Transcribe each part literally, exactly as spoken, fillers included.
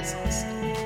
adolescence.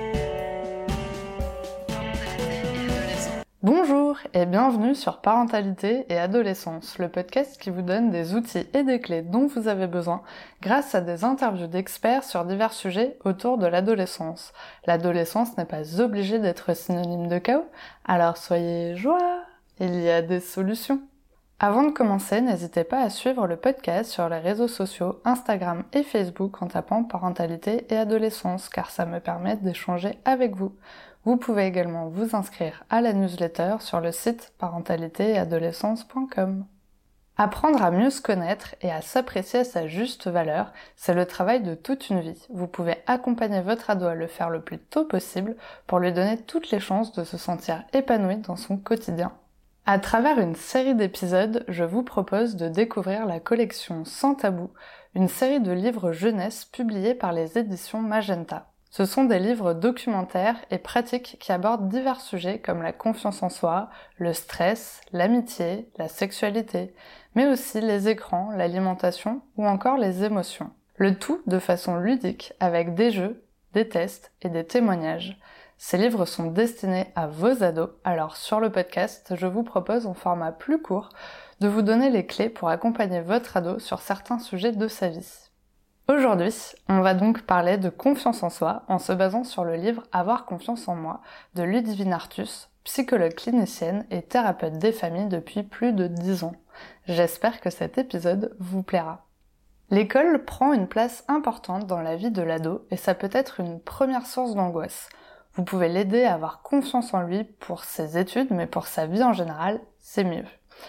Bonjour et bienvenue sur Parentalité et Adolescence, le podcast qui vous donne des outils et des clés dont vous avez besoin grâce à des interviews d'experts sur divers sujets autour de l'adolescence. L'adolescence n'est pas obligée d'être synonyme de chaos, alors soyez joie, il y a des solutions. Avant de commencer, n'hésitez pas à suivre le podcast sur les réseaux sociaux Instagram et Facebook en tapant Parentalité et Adolescence car ça me permet d'échanger avec vous. Vous pouvez également vous inscrire à la newsletter sur le site parentalité et adolescence point com. Apprendre à mieux se connaître et à s'apprécier à sa juste valeur, c'est le travail de toute une vie. Vous pouvez accompagner votre ado à le faire le plus tôt possible pour lui donner toutes les chances de se sentir épanoui dans son quotidien. À travers une série d'épisodes, je vous propose de découvrir la collection Sans Tabou, une série de livres jeunesse publiés par les éditions Magenta. Ce sont des livres documentaires et pratiques qui abordent divers sujets comme la confiance en soi, le stress, l'amitié, la sexualité, mais aussi les écrans, l'alimentation ou encore les émotions. Le tout de façon ludique avec des jeux, des tests et des témoignages. Ces livres sont destinés à vos ados, alors sur le podcast, je vous propose en format plus court de vous donner les clés pour accompagner votre ado sur certains sujets de sa vie. Aujourd'hui, on va donc parler de confiance en soi en se basant sur le livre Avoir confiance en moi de Ludivine Artus, psychologue clinicienne et thérapeute des familles depuis plus de dix ans. J'espère que cet épisode vous plaira. L'école prend une place importante dans la vie de l'ado et ça peut être une première source d'angoisse. Vous pouvez l'aider à avoir confiance en lui pour ses études, mais pour sa vie en général, c'est mieux.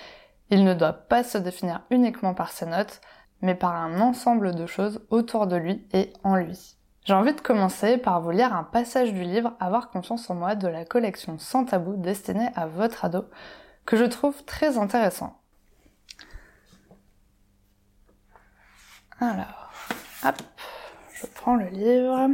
Il ne doit pas se définir uniquement par ses notes, mais par un ensemble de choses autour de lui et en lui. J'ai envie de commencer par vous lire un passage du livre Avoir confiance en moi de la collection Sans Tabou destinée à votre ado, que je trouve très intéressant. Alors, hop, je prends le livre.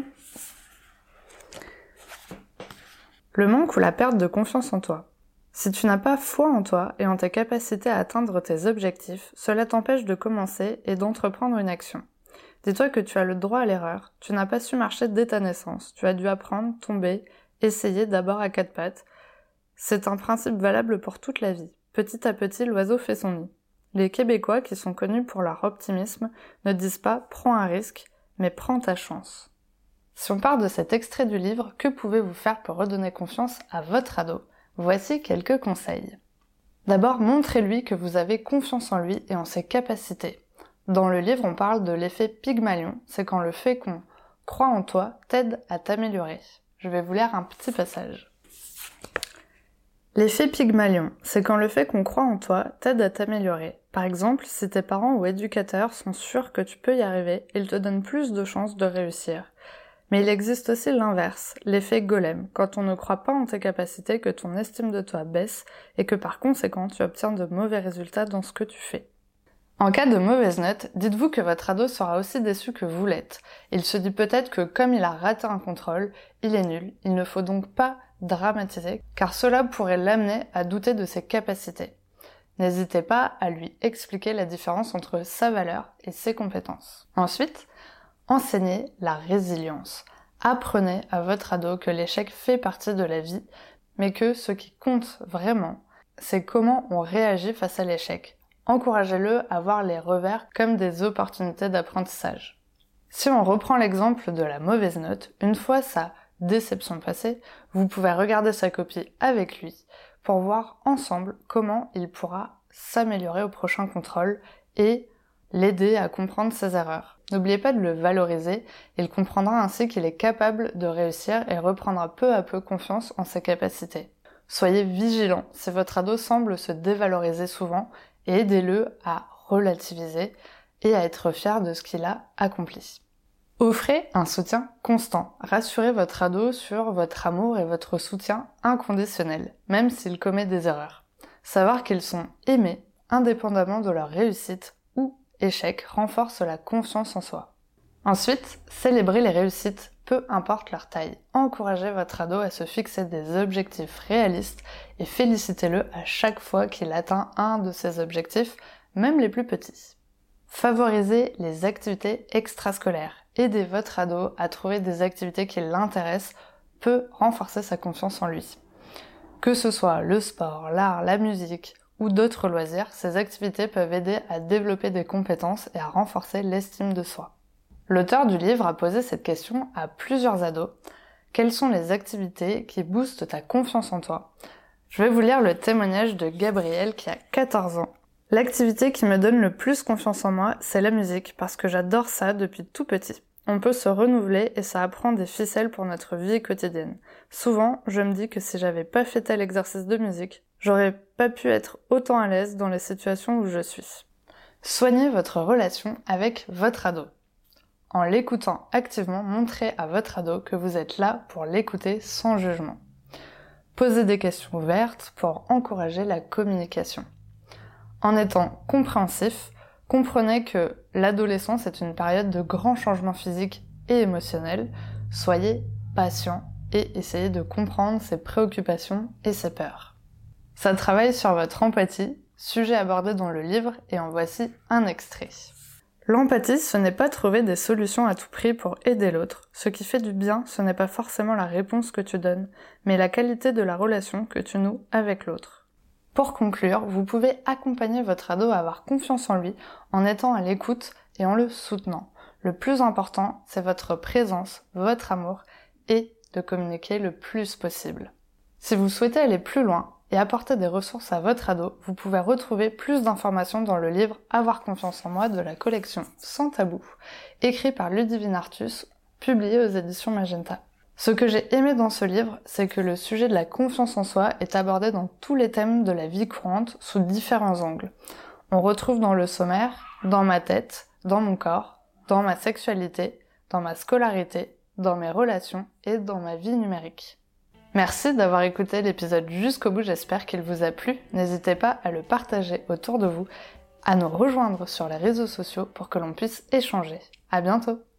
Le manque ou la perte de confiance en toi. Si tu n'as pas foi en toi et en tes capacités à atteindre tes objectifs, cela t'empêche de commencer et d'entreprendre une action. Dis-toi que tu as le droit à l'erreur, tu n'as pas su marcher dès ta naissance, tu as dû apprendre, tomber, essayer d'abord à quatre pattes. C'est un principe valable pour toute la vie. Petit à petit, l'oiseau fait son nid. Les Québécois, qui sont connus pour leur optimisme, ne disent pas « prends un risque », mais « prends ta chance ». Si on part de cet extrait du livre, que pouvez-vous faire pour redonner confiance à votre ado ? Voici quelques conseils. D'abord, montrez-lui que vous avez confiance en lui et en ses capacités. Dans le livre, on parle de l'effet Pygmalion, c'est quand le fait qu'on croit en toi t'aide à t'améliorer. Je vais vous lire un petit passage. L'effet Pygmalion, c'est quand le fait qu'on croit en toi t'aide à t'améliorer. Par exemple, si tes parents ou éducateurs sont sûrs que tu peux y arriver, ils te donnent plus de chances de réussir. Mais il existe aussi l'inverse, l'effet golem, quand on ne croit pas en tes capacités, que ton estime de toi baisse et que par conséquent tu obtiens de mauvais résultats dans ce que tu fais. En cas de mauvaise note, dites-vous que votre ado sera aussi déçu que vous l'êtes. Il se dit peut-être que comme il a raté un contrôle, il est nul, il ne faut donc pas dramatiser, car cela pourrait l'amener à douter de ses capacités. N'hésitez pas à lui expliquer la différence entre sa valeur et ses compétences. Ensuite, enseignez la résilience. Apprenez à votre ado que l'échec fait partie de la vie, mais que ce qui compte vraiment, c'est comment on réagit face à l'échec. Encouragez-le à voir les revers comme des opportunités d'apprentissage. Si on reprend l'exemple de la mauvaise note, une fois sa déception passée, vous pouvez regarder sa copie avec lui pour voir ensemble comment il pourra s'améliorer au prochain contrôle et l'aider à comprendre ses erreurs. N'oubliez pas de le valoriser, il comprendra ainsi qu'il est capable de réussir et reprendra peu à peu confiance en ses capacités. Soyez vigilant si votre ado semble se dévaloriser souvent et aidez-le à relativiser et à être fier de ce qu'il a accompli. Offrez un soutien constant. Rassurez votre ado sur votre amour et votre soutien inconditionnel, même s'il commet des erreurs. Savoir qu'ils sont aimés, indépendamment de leur réussite ou échec, renforce la confiance en soi. Ensuite, célébrez les réussites, peu importe leur taille. Encouragez votre ado à se fixer des objectifs réalistes et félicitez-le à chaque fois qu'il atteint un de ses objectifs, même les plus petits. Favorisez les activités extrascolaires. Aidez votre ado à trouver des activités qui l'intéressent peut renforcer sa confiance en lui. Que ce soit le sport, l'art, la musique ou d'autres loisirs, ces activités peuvent aider à développer des compétences et à renforcer l'estime de soi. L'auteur du livre a posé cette question à plusieurs ados. Quelles sont les activités qui boostent ta confiance en toi ? Je vais vous lire le témoignage de Gabriel qui a quatorze ans. L'activité qui me donne le plus confiance en moi, c'est la musique, parce que j'adore ça depuis tout petit. On peut se renouveler et ça apprend des ficelles pour notre vie quotidienne. Souvent, je me dis que si j'avais pas fait tel exercice de musique, j'aurais pas pu être autant à l'aise dans les situations où je suis. Soignez votre relation avec votre ado. En l'écoutant activement, montrez à votre ado que vous êtes là pour l'écouter sans jugement. Posez des questions ouvertes pour encourager la communication. En étant compréhensif, comprenez que l'adolescence est une période de grands changements physiques et émotionnels. Soyez patient et essayez de comprendre ses préoccupations et ses peurs. Ça travaille sur votre empathie, sujet abordé dans le livre, et en voici un extrait. L'empathie, ce n'est pas trouver des solutions à tout prix pour aider l'autre. Ce qui fait du bien, ce n'est pas forcément la réponse que tu donnes, mais la qualité de la relation que tu noues avec l'autre. Pour conclure, vous pouvez accompagner votre ado à avoir confiance en lui en étant à l'écoute et en le soutenant. Le plus important, c'est votre présence, votre amour et de communiquer le plus possible. Si vous souhaitez aller plus loin et apporter des ressources à votre ado, vous pouvez retrouver plus d'informations dans le livre Avoir confiance en moi de la collection Sans tabou, écrit par Ludivine Artus, publié aux éditions Magenta. Ce que j'ai aimé dans ce livre, c'est que le sujet de la confiance en soi est abordé dans tous les thèmes de la vie courante sous différents angles. On retrouve dans le sommaire, dans ma tête, dans mon corps, dans ma sexualité, dans ma scolarité, dans mes relations et dans ma vie numérique. Merci d'avoir écouté l'épisode jusqu'au bout, j'espère qu'il vous a plu. N'hésitez pas à le partager autour de vous, à nous rejoindre sur les réseaux sociaux pour que l'on puisse échanger. À bientôt!